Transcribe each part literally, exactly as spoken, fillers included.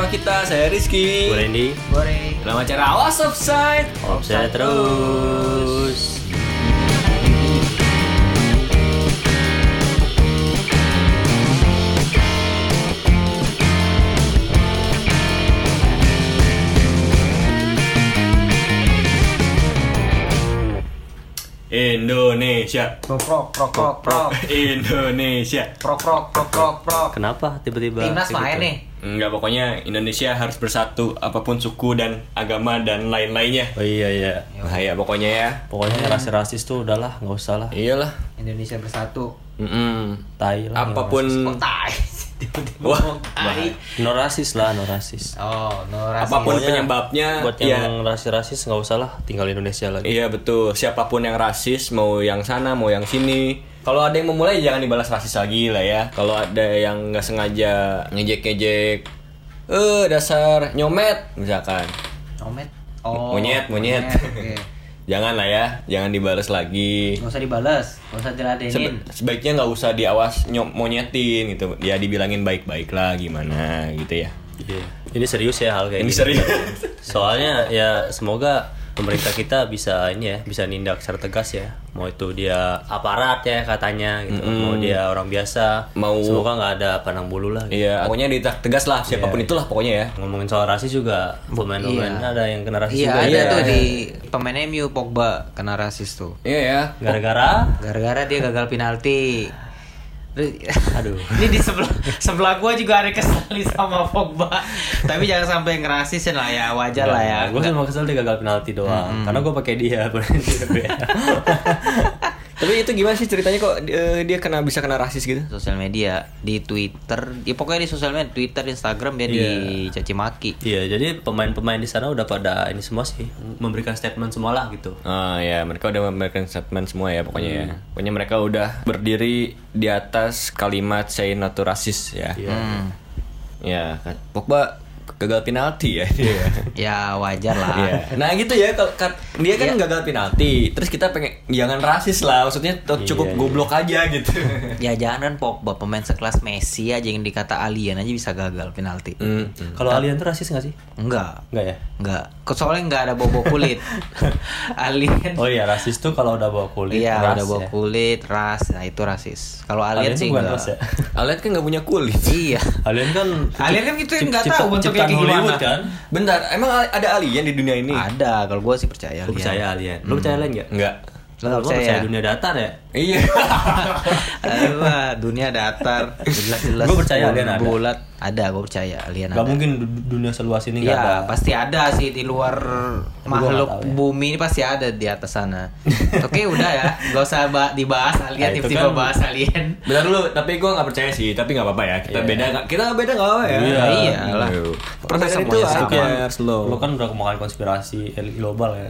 bersama kita, saya Rizky. Gue Randy. Gue Ray. Dalam acara Awas Offside. Offside terus. Indonesia. Prok prok prok prok prok. Indonesia. Prok prok prok prok prok. Kenapa tiba-tiba? Timnas kayak main gitu? nih. Enggak, pokoknya Indonesia harus bersatu apapun suku dan agama dan lain-lainnya. Oh iya iya. Bahaya pokoknya ya. Pokoknya rasis-rasis tuh udahlah, nggak usah lah. Iyalah. Indonesia bersatu. Mm-mm. Tai lah. Apapun. Oh, tai. Tiba-tiba Wah, ngomong tai. No rasis lah, no rasis. Oh, no rasis. Apapun Pokoknya penyebabnya, Buat ya. yang rasis-rasis nggak usah lah, tinggal Indonesia lagi. Iya betul. Siapapun yang rasis, mau yang sana, mau yang sini. Kalau ada yang memulai jangan dibalas rasis lagi lah ya. Kalau ada yang nggak sengaja ngejek-ngejek, eh dasar nyomet misalkan. Nomet. Oh. Monyet, monyet. Oke. Jangan lah ya, jangan dibalas lagi. Nggak usah dibalas, nggak usah diladenin. Sebe- sebaiknya nggak usah diawas nyom monyetin gitu. Ya dibilangin baik-baik lah gimana gitu ya. Iya. Ini serius ya hal kayak Ini gini. serius. Soalnya ya semoga pemerintah kita bisa ini ya, bisa nindak secara tegas ya. Mau itu dia aparat ya katanya gitu, Mm-mm. mau dia orang biasa, Mau- semoga nggak ada pandang bulu lah. Gitu. Iya, pokoknya ditindak tegas lah siapapun Iya. itulah pokoknya ya. Ngomongin soal rasis juga, pemain-pemain Iya. ada yang kena rasis Iya, juga. ada Iya. tuh di pemain M U Pogba kena rasis tuh. Iya ya. Gara-gara, Gara-gara dia gagal penalti. aduh. Ini di sebelah sebelah gua juga ada kesel nih sama Pogba. Tapi jangan sampai ngerasis lah ya, wajar lah ya. Gue cuma kesel dia gagal penalti doang, karena gue pakai dia. Tapi itu gimana sih ceritanya kok eh, dia kena bisa kena rasis gitu? Sosial media, di Twitter, ya pokoknya di sosial media, Twitter, Instagram dia Iya. dicaci maki. Iya, jadi pemain-pemain di sana udah pada ini semua sih, memberikan statement semua lah gitu. Ah ya, mereka udah memberikan statement semua ya pokoknya ya. Pokoknya mereka udah berdiri di atas kalimat say not to racist ya. Iya. Hmm. Ya, kan. Pogba gagal penalti ya dia. Ya wajar lah. Iya. Nah gitu ya, kalau kan- dia kan Iya. gagal penalti, terus kita pengen jangan rasis lah, maksudnya tuh cukup Iya, goblok aja gitu. Ya jangan kan Pogba pemain sekelas Messi aja yang dikata alien aja bisa gagal penalti. Hmm. Kalau alien tuh rasis nggak sih? Enggak. Enggak ya? Enggak. Kok soalnya enggak ada bobo kulit. Alien. Oh iya, rasis tuh kalau udah bawa kulit. Iya, ras udah bawa ya. kulit, ras. Nah, itu rasis. Kalau alien, Alien sih tuh bukan enggak. ras ya. Alien kan nggak punya kulit. Iya. Alien kan Alien kan gitu yang nggak cipta- tahu bentuknya ciptaan kayak gimana. Hollywood kan? Bentar, emang ada alien di dunia ini? Ada, kalau gua sih percaya Lu alien. percaya alien? Lu percaya alien nggak? Enggak. Lu nggak Lu percaya? percaya dunia datar ya? Iya. Alah, dunia datar. Jelas-jelas. Gua percaya alien ada. Bulat. Ada, gua percaya alien Gak ada. mungkin du- dunia seluas ini nggak Iya, ada. pasti ada sih di luar gua makhluk nggak tahu ya. bumi ini pasti ada di atas sana. Oke, udah ya. Gak usah ba- dibahas alien, Nah, itu tiba-tiba kan- bahas alien. Bentar dulu, tapi gue nggak percaya sih, tapi nggak apa-apa ya. Kita Iya. beda, nggak- kita beda nggak apa ya. Iya. Iyalah. Perbedaan Masa itu semuanya sama? aja slow. Lu kan udah kemakan konspirasi elit global ya.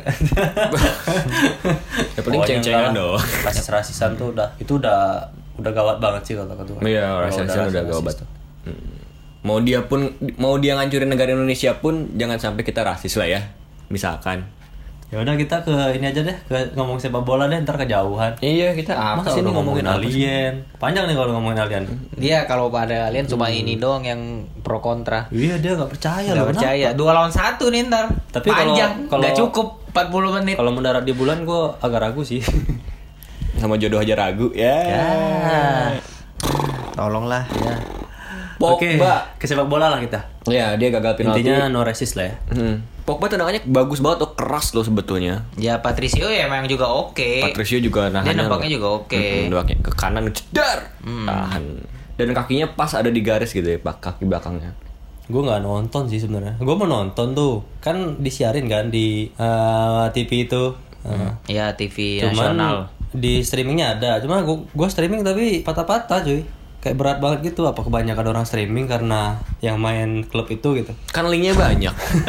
Ya paling Pokoknya ceng-cengan enggak dong. lah. Rasis-rasisan tuh udah itu udah udah gawat banget sih kata kata. Iya, rasa-rasa udah gawat. Hmm. Mau dia pun mau dia ngancurin negara Indonesia pun jangan sampai kita rasis lah ya. Misalkan. Ya udah kita ke ini aja deh, ke ngomong sepak bola deh, ntar kejauhan. Iya, kita apa Masa sih ini udah ngomongin apa sih? alien? Panjang nih kalau ngomongin alien. Dia kalau pada alien cuma ini doang yang pro kontra. Iya dia nggak percaya Gak loh. percaya. Dua lawan satu nih ntar. Tapi kalau- panjang. kalau- Nggak cukup empat puluh menit. Kalau mendarat di bulan gue agak ragu sih. Sama jodoh aja ragu ya. Ya. Tolonglah. Ya. Pogba. Oke, ke sepak bola lah kita. Ya, dia gagal penalti. Intinya no racist lah ya. Hmm. Pogba tendangannya bagus banget tuh, keras loh sebetulnya. Ya Patricio ya emang juga oke. Patricio juga nahan. Dia nampaknya juga oke. Nampaknya ke kanan cedar. Tahan. Dan kakinya pas ada di garis gitu ya, pak kaki belakangnya. Gue nggak nonton sih sebenarnya. Gue mau nonton tuh, kan disiarin kan di eh, T V itu. Eh, Ya T V Cuman nasional. di streamingnya ada. Cuma gue gue streaming tapi patah-patah cuy. Kayak berat banget gitu. Apa kebanyakan orang streaming karena yang main klub itu gitu. Kan linknya banyak.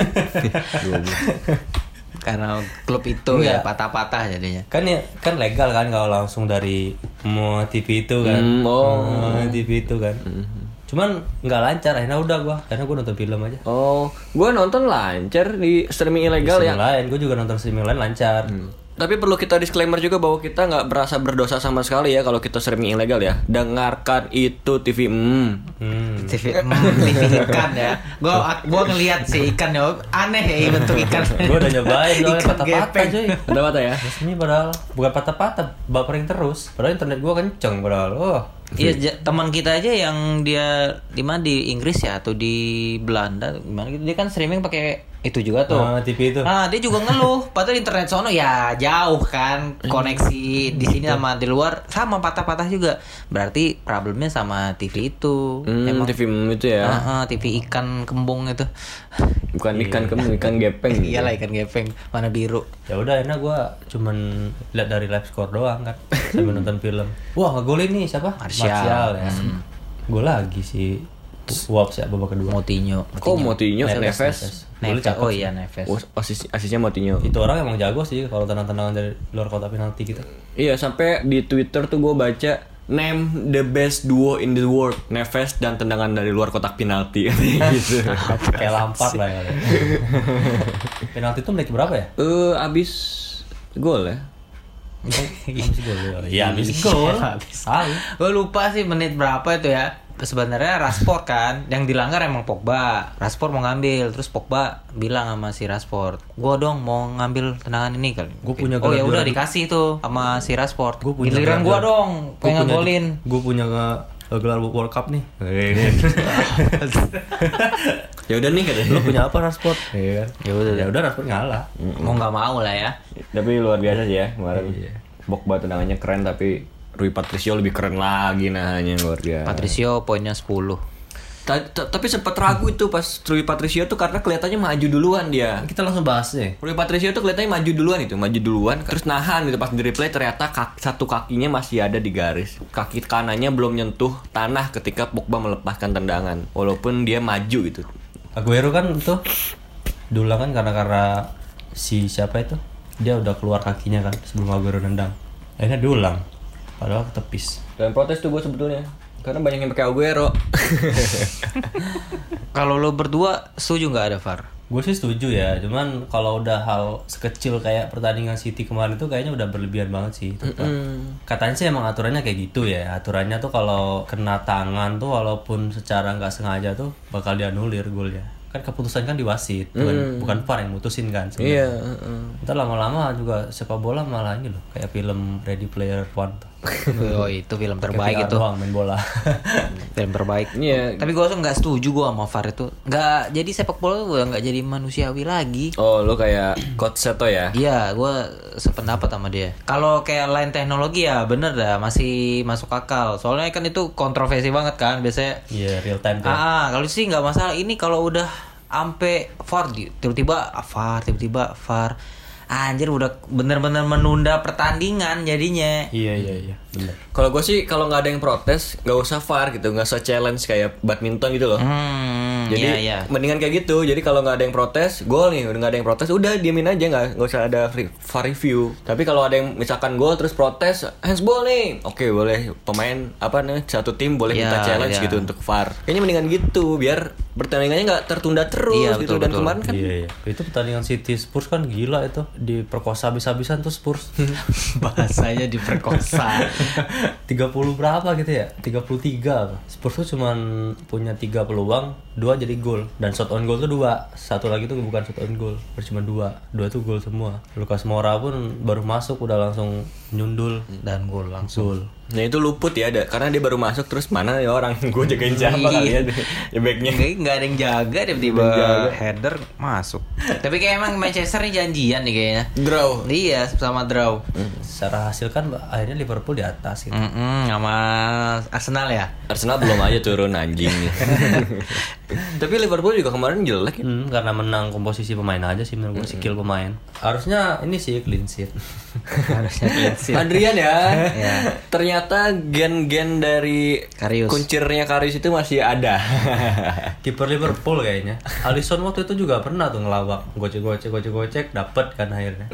Karena klub itu ya Enggak. patah-patah jadinya. Kan ya kan legal kan kalau langsung dari mau T V itu kan. Hmm, oh. Eh, T V itu kan. Cuman nggak lancar. Akhirnya udah gua. Karena gua nonton film aja. Oh, gue nonton lancar di streaming ilegal Streaming ya. lain, gue juga nonton streaming lain lancar. Tapi perlu kita disclaimer juga bahwa kita nggak merasa berdosa sama sekali ya kalau kita streaming ilegal ya. Dengarkan itu T V mm. Hmm. T V, mm, T V ikan ya. Gua gua ngelihat si ikan ya aneh ya bentuk ikan. Gua udah nyobain soalnya Ikan patah-patah gepeng. cuy. Ada mata ya? Ini padahal bukan patah-patah, buffering terus. Padahal internet gua kenceng padahal. Oh. Iya, ja- teman kita aja yang dia di mana di Inggris ya atau di Belanda gimana gitu, dia kan streaming pakai itu juga tuh. Ah, T V itu. Nah, dia juga ngeluh. Padahal internet sono ya jauh kan, koneksi di sini sama di luar sama patah-patah juga. Berarti problemnya sama T V itu. Hmm, Emang T V mm itu ya. Ah, ah, T V ikan kembung itu. Bukan ikan kembung, ikan gepeng. Iyalah ikan gepeng warna biru. Ya udah, enak gua cuman lihat dari live score doang kan. Sambil nonton film. Wah, ngegolin nih siapa? Martial. ya. Gol lagi si Wolves ya babak kedua. Moutinho. Kok Moutinho kan Neves, Neves? Golnya Neves. cakep Oh sih. iya Neves. Oh, asis asisnya Moutinho. Itu orang emang jago sih kalau tenang-tenangan dari luar kotak penalti gitu. Iya, sampai di Twitter tuh gue baca name the best duo in the world, Neves dan tendangan dari luar kotak penalti gitu. Kayak Lampard lah ya. Penalti itu menit berapa ya? Eh abis gol ya. Habis gol ya. Iya, habis gol. Habis. Tahu. Gue lupa sih menit berapa itu ya. Sebenarnya Rashford kan yang dilanggar emang Pogba. Rashford mau ngambil, terus Pogba bilang sama si Rashford, "Gua dong mau ngambil tendangan ini kali." Gua punya Oh ya gelar udah juara. dikasih tuh sama si Rashford. Gua punya Giliran gelar gua juara. dong Gua pengen punya- golin. Gue punya uh, gelar World Cup nih. Ya udah nih katanya. Lu punya apa Rashford? Iya kan? Ya udah. Ya udah Rashford ngalah. Mau nggak mau lah ya. Tapi luar biasa sih ya kemarin. Pogba tendangannya keren tapi Rui Patricio lebih keren lagi nahanya luar biasa. Patricio poinnya sepuluh. Ta- ta- Tapi sempat ragu itu pas Rui Patricio tuh karena kelihatannya maju duluan dia. Kita langsung bahas deh. Rui Patricio tuh kelihatannya maju duluan itu, maju duluan, terus nahan gitu pas di replay ternyata kaki, satu kakinya masih ada di garis. Kaki kanannya belum nyentuh tanah ketika Pogba melepaskan tendangan, walaupun dia maju gitu. Aguero kan tuh dulang kan karena karena si siapa itu? Dia udah keluar kakinya kan sebelum Aguero nendang. Akhirnya dulang. Padahal ketepis. Dan protes tuh gue sebetulnya, karena banyak yang pakai Aguero. Kalau lo berdua setuju nggak ada V A R? Gue sih setuju ya, cuman kalau udah hal sekecil kayak pertandingan City kemarin itu kayaknya udah berlebihan banget sih. Tetap. Katanya sih emang aturannya kayak gitu ya. Aturannya tuh kalau kena tangan tuh walaupun secara nggak sengaja tuh bakal dianulir golnya. Kan keputusan kan di wasit, bukan bukan V A R yang mutusin kan sebenarnya. Iya. heeh. Ntar lama-lama juga sepak bola malah ini loh, kayak film Ready Player One tuh. Oh itu film terbaik Kayak itu. doang main bola. Film terbaik. Iya. Tapi gue tuh nggak setuju gue sama V A R itu. Nggak, jadi sepak bola tuh udah nggak jadi manusiawi lagi. Oh, lo kayak Coach Seto ya? Iya, gue sependapat sama dia. Kalau kayak lain teknologi ya bener dah, masih masuk akal. Soalnya kan itu kontroversi banget kan biasanya. Iya, real time tuh. Ah, kalau sih nggak masalah. Ini kalau udah ampe V A R di- tiba-tiba ah, V A R, tiba-tiba V A R. Anjir udah bener-bener menunda pertandingan jadinya. Iya, iya, iya, bener. Kalau gue sih kalau nggak ada yang protes, nggak usah V A R gitu, nggak usah challenge kayak badminton gitu loh. Hmm, Jadi iya, iya. mendingan kayak gitu. Jadi kalau nggak ada yang protes, gol nih, udah nggak ada yang protes, udah diemin aja, nggak nggak usah ada free- V A R review. Tapi kalau ada yang misalkan gol terus protes, handsball nih, oke boleh pemain apa nih satu tim boleh Iya, minta challenge iya. gitu untuk V A R. Kayaknya mendingan gitu, biar pertandingannya nggak tertunda terus Iya, gitu. betul, Dan betul. kemarin kan Iya, iya. Itu pertandingan City Spurs kan gila itu. Diperkosa habis-habisan tuh Spurs. Bahasanya diperkosa. tiga puluh berapa gitu ya? tiga puluh tiga apa? Spurs tuh cuman punya tiga peluang, dua jadi gol. Dan shot on goal tuh dua. Satu lagi tuh bukan shot on goal, cuma dua. Dua tuh gol semua. Lucas Moura pun baru masuk udah langsung nyundul Dan gol langsung. gol. nah itu luput ya, ada karena dia baru masuk terus mana ya orang gue jagain siapa kali ya, ya backnya. Nggak, nggak ada yang jaga tiba-tiba Jaga. header masuk. Tapi kayak emang Manchester nih janjian nih kayaknya. Draw. Iya, sama draw. Secara hasil kan akhirnya Liverpool di atas gitu. Mm-mm, sama Arsenal ya. Arsenal belum aja turun anjing. Tapi Liverpool juga kemarin jelek ya. Hmm, karena menang komposisi pemain aja sih menurut gue, skill pemain. Harusnya ini sih clean sheet. Harusnya clean sheet. Adrian ya. Ya. Ternyata gen-gen dari Karius. kuncirnya Karius itu masih ada. Kiper Liverpool kayaknya. Alisson waktu itu juga pernah tuh ngelawak, gocek-gocek gocek-gocek dapet kan akhirnya.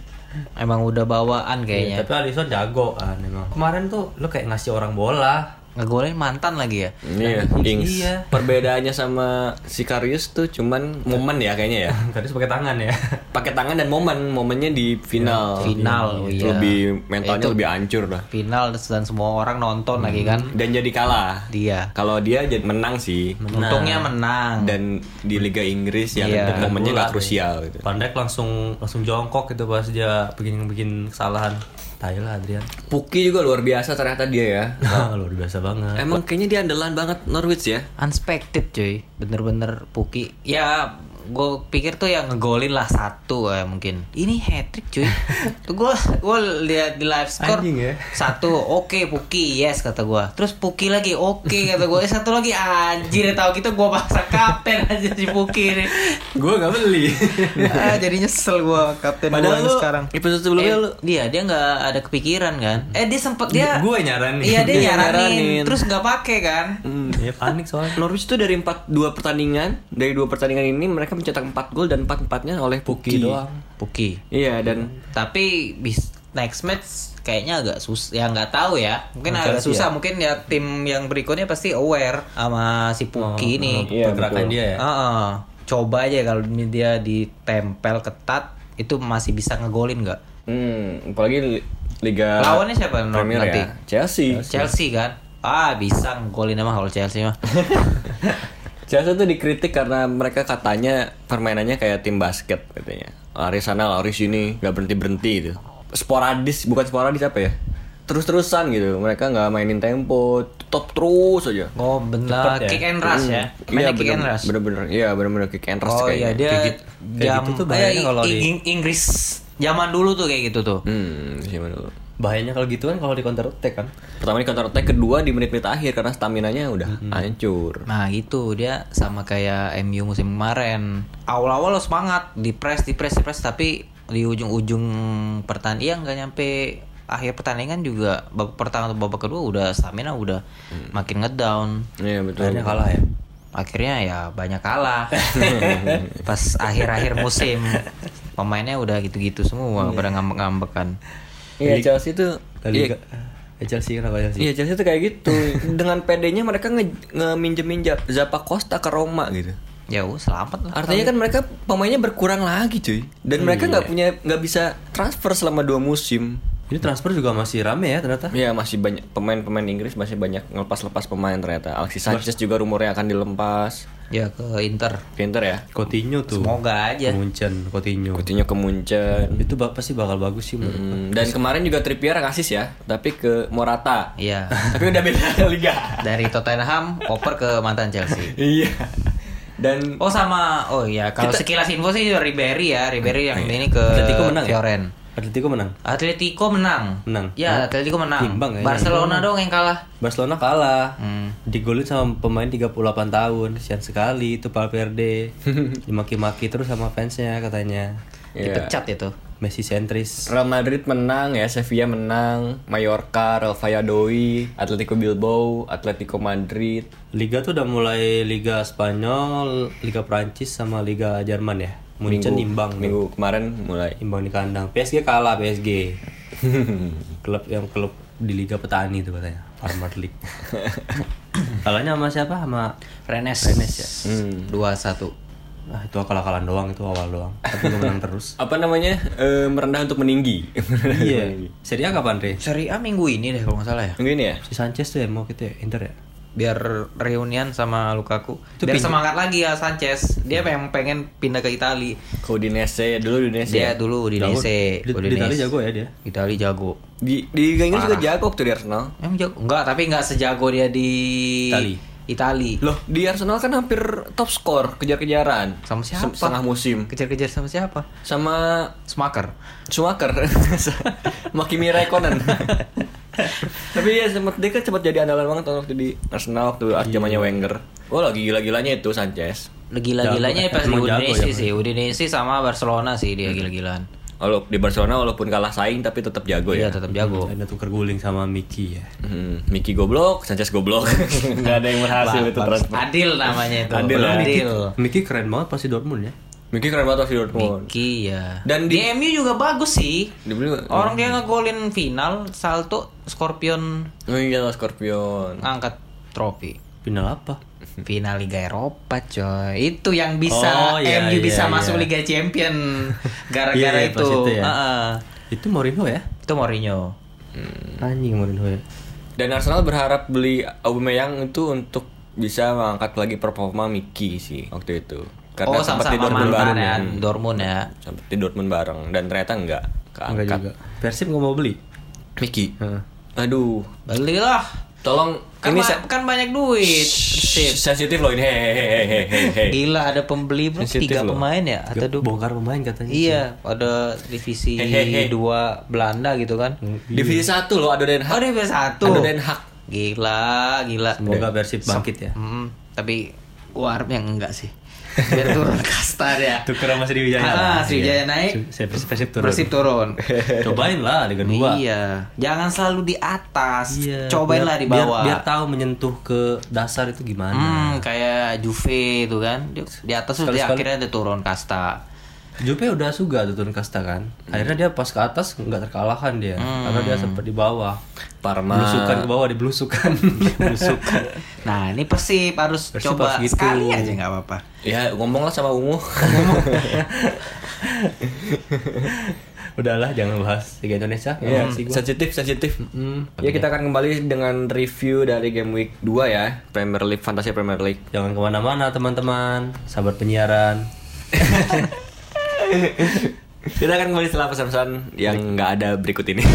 Emang udah bawaan Iya, kayaknya. tapi Alisson jago kan emang. Kemarin tuh lu kayak ngasih orang bola, ngegolin mantan lagi ya. Iya, Ings. Iya. Perbedaannya sama si Karius tuh cuman momen ya kayaknya ya. Tadi pakai tangan ya. Pakai tangan dan momen, momennya di final. Final, Itu iya. lebih mentalnya Itu- lebih hancur lah. Final dan semua orang nonton lagi kan. Dan jadi kalah. Dia. Kalau dia jadi menang sih. Untungnya menang. Dan di Liga Inggris yang Iya. momennya nggak Bola, krusial gitu. Van Dijk langsung langsung jongkok gitu pas dia bikin bikin kesalahan. Tai lah Adrian. Puki juga luar biasa ternyata dia ya. Luar biasa banget. Emang kayaknya dia andalan banget Norwich ya. Unexpected cuy, bener-bener Puki. Ya, gue pikir tuh yang ngegolin lah satu ya mungkin. Ini hat trick cuy. Tuh gue gue lihat di live score Anjing ya. satu, oke Puki yes kata gue. Terus Puki lagi oke kata gue. Eh, satu lagi anjir tahu gitu gue paksa kapten aja si Puki ini. Gue gak beli. Ah, jadi nyesel gue kapten gue Padahal lu sekarang. episode sebelumnya Eh, lu dia dia nggak ada kepikiran kan? Eh dia sempet dia. Gue nyaranin. Iya dia Dia nyaranin, nyaranin. terus nggak pakai kan? Iya panik soalnya. Norwich itu dari empat dua pertandingan, dari dua pertandingan ini mereka mencetak empat gol dan empat-empatnya oleh Puki. doang. Puki. Iya dan Tapi bis next match kayaknya agak susah. Ya nggak tahu ya. Mungkin Mungkin agak sih susah. ya. Mungkin ya tim yang berikutnya pasti aware sama si Puki ini. Iya, Pergerakan betul. dia ya. Heeh. Coba aja kalau ini dia ditempel ketat itu masih bisa ngegolin nggak? hmm, apalagi li- Liga Lawannya siapa Premier nanti? ya? Chelsea. Chelsea kan? Ah bisa ngegolin emang kalau Chelsea mah. Chelsea tuh dikritik karena mereka katanya permainannya kayak tim basket katanya. Lari sana, lari sini, nggak berhenti berhenti gitu. Sporadis, bukan sporadis apa ya? Terus-terusan gitu. Mereka nggak mainin tempo, top terus aja. Oh bener, Cepet ya? kick and rush ya. Mainnya kick and bener, rush. bener-bener. Iya bener-bener kick and rush Oh kayaknya. iya dia Kayak gitu- kayak jam gitu tuh bahayanya eh, kalau Ing- di- Ing- Inggris zaman dulu tuh kayak gitu tuh. Hmm, siapa dulu? Bahayanya kalau gitu kan kalau di counter attack kan. Pertama di counter attack, kedua di menit-menit akhir karena stamina-nya udah hancur. Nah gitu dia sama kayak M U musim kemarin. Awal-awal lo semangat, di press, di press, di press, tapi di ujung-ujung pertandingan nggak nyampe akhir pertandingan juga babak pertama atau babak kedua udah stamina udah makin ngedown. Iya betul. Akhirnya kalah ya. Akhirnya ya banyak kalah. Pas akhir-akhir musim pemainnya udah gitu-gitu semua pada ngambek-ngambek kan. Iya Chelsea tuh La iya, Liga. Eh, Chelsea kenapa Chelsea? iya Chelsea tuh kayak gitu. Dengan pedenya mereka nge, nge-minjem-minjem Zappa Costa ke Roma gitu. Ya udah selamat lah. Artinya kan mereka pemainnya berkurang lagi cuy. Dan mereka nggak punya nggak bisa transfer selama dua musim. Ini transfer juga masih rame ya ternyata. Iya masih banyak pemain-pemain Inggris masih banyak ngelepas-lepas pemain ternyata. Alexis Sanchez juga rumornya akan dilepas. Ya ke Inter. Pinter ya. Coutinho tuh. Semoga aja. Munchen, Coutinho. Coutinho ke Munchen. Itu bak- pasti bakal bagus sih menurut gua. Hmm, dan kemarin juga Trippier ngasih ya, tapi ke Morata. Iya. Tapi udah beda liga. Dari Tottenham oper ke mantan Chelsea. Iya. Dan Oh sama oh iya kalau sekilas info sih Ribery ya Ribery yang ini ke Atletico menang ya? Fioren. Atletico menang. Atletico menang. Menang. Ya Atletico menang. Imbang ya? Barcelona dong yang kalah. Barcelona kalah. Hmm. Digolin sama pemain tiga puluh delapan tahun. Kesian sekali itu Valverde. Dimaki-maki terus sama fansnya katanya. Iya. Dipecat itu. Messi sentris. Real Madrid menang ya, Sevilla menang, Mallorca, Real Valladolid, Atletico Bilbao, Atletico Madrid. Liga tuh udah mulai Liga Spanyol, Liga Prancis sama Liga Jerman ya. Munchen imbang nih. Minggu kemarin mulai. Imbang di kandang. P S G kalah P S G. Klub yang klub di Liga Petani itu katanya. Farmer League. Kalahnya sama siapa? Sama Rennes. Rennes ya. Hmm. dua satu. Ah, itu kalah-kalan doang, itu awal doang. Tapi lu menang terus. Apa namanya? Eh, merendah untuk meninggi. Iya. Serie A kapan, Re? Serie A minggu ini deh kalau nggak salah ya. Minggu ini ya? Si Sanchez tuh ya mau gitu ya, Inter ya? Biar reunian sama Lukaku. Itu Biar pindah- semangat lagi ya Sanchez. Dia memang pengen pindah ke Itali. Ke Udinese dulu Udinese. Dia ya? dulu di Jago. Udinese. Di, di Udinese. Itali jago ya dia. Itali jago. Di di Liga Inggris juga jago waktu di Arsenal. Emang jago? Enggak, tapi enggak sejago dia di Itali. Itali. Loh, di Arsenal kan hampir top skor kejar-kejaran. Sama siapa? Se- Setengah musim. Kejar-kejar sama siapa? Sama Smaker. Schumacher. Makimi Raikkonen. Tapi ya sempat dia kan sempat jadi andalan banget waktu di Arsenal waktu zamannya Wenger. Oh lagi gila-gilanya itu Sanchez. Gila-gilanya Jago. pas di Emang jago Udinese ya, sih. Udinese sama Barcelona sih dia gila-gilaan. Walau di Barcelona walaupun kalah saing tapi tetap jago Iya, ya. tetap jago. Ada tuker guling sama Mickey ya. Hmm, Mickey goblok, Sanchez goblok. Enggak ada yang berhasil itu Bang- transfer. Adil namanya itu. Adil, ya. Adil. Mickey keren banget pasti Dortmund ya. Miki keren banget di Dortmund. Miki ya. Dan di, di- M U juga bagus sih. Dibeli Orang dia ngegolin final salto Scorpion Oh iya Scorpion. ngangkat trofi. Final apa? Final Liga Eropa coy. Itu yang bisa Oh, iya, M U bisa iya, masuk iya. Liga Champion gara-gara Iya, iya, itu. pas itu ya. Heeh. Itu Mourinho ya? Itu Mourinho. Anjing Mourinho ya. Dan Arsenal berharap beli Aubameyang itu untuk bisa mengangkat lagi performa Miki sih waktu itu. Oh, sempat di sama-sama Dortmund mantan bareng ya, Hmm. Dortmund ya. Sempat di Dortmund bareng dan ternyata enggak Enggak keangkat. juga. Persib nggak mau beli. Miki. Heeh. Aduh. Belilah. Tolong Kan, ini ba- se- kan banyak duit. Shh, sensitif loh ini. Hehehe. Gila ada pembeli bro, Sensitif tiga loh. pemain ya atau dua? Bongkar pemain katanya. Iya, ada divisi Hehehe. dua Belanda gitu kan. Divisi satu loh ada Den Oh, Haag. dia bisa satu. Ada Den Haag. Gila, gila. Semoga Persib bangkit ya. Hmm, tapi gua harap yang enggak sih. Biar turun kasta ya. Tuker sama Sriwijaya. Ah, Sriwijaya naik, Saya Persib Persib turun. Persib turun. Cobain lah Liga dua. Iya, jangan selalu di atas. Iya. Cobainlah biar- di bawah. Biar, biar tahu menyentuh ke dasar itu gimana. Hmm, kayak Juve itu kan. Di, di atas terus dia Sekali-sekali. akhirnya dia turun kasta. Juve udah suga tuh turun kasta kan. Akhirnya dia pas ke atas nggak terkalahkan dia. Karena dia sempat di bawah. Parma. Belusukan ke bawah dibelusukan. Belusukan. Nah, ini Persib harus Persib coba harus gitu. sekali aja nggak apa-apa. Ya ngomonglah sama Ungu. Udahlah jangan bahas Liga Indonesia. Iya, Emosi gua. sensitif sensitif. Ya kita akan kembali dengan review dari game week dua ya, Premier League, Fantasy Premier League. Jangan kemana-mana teman-teman. Sahabat penyiaran. Kita akan kembali setelah pesan-pesan yang nggak ada berikut ini.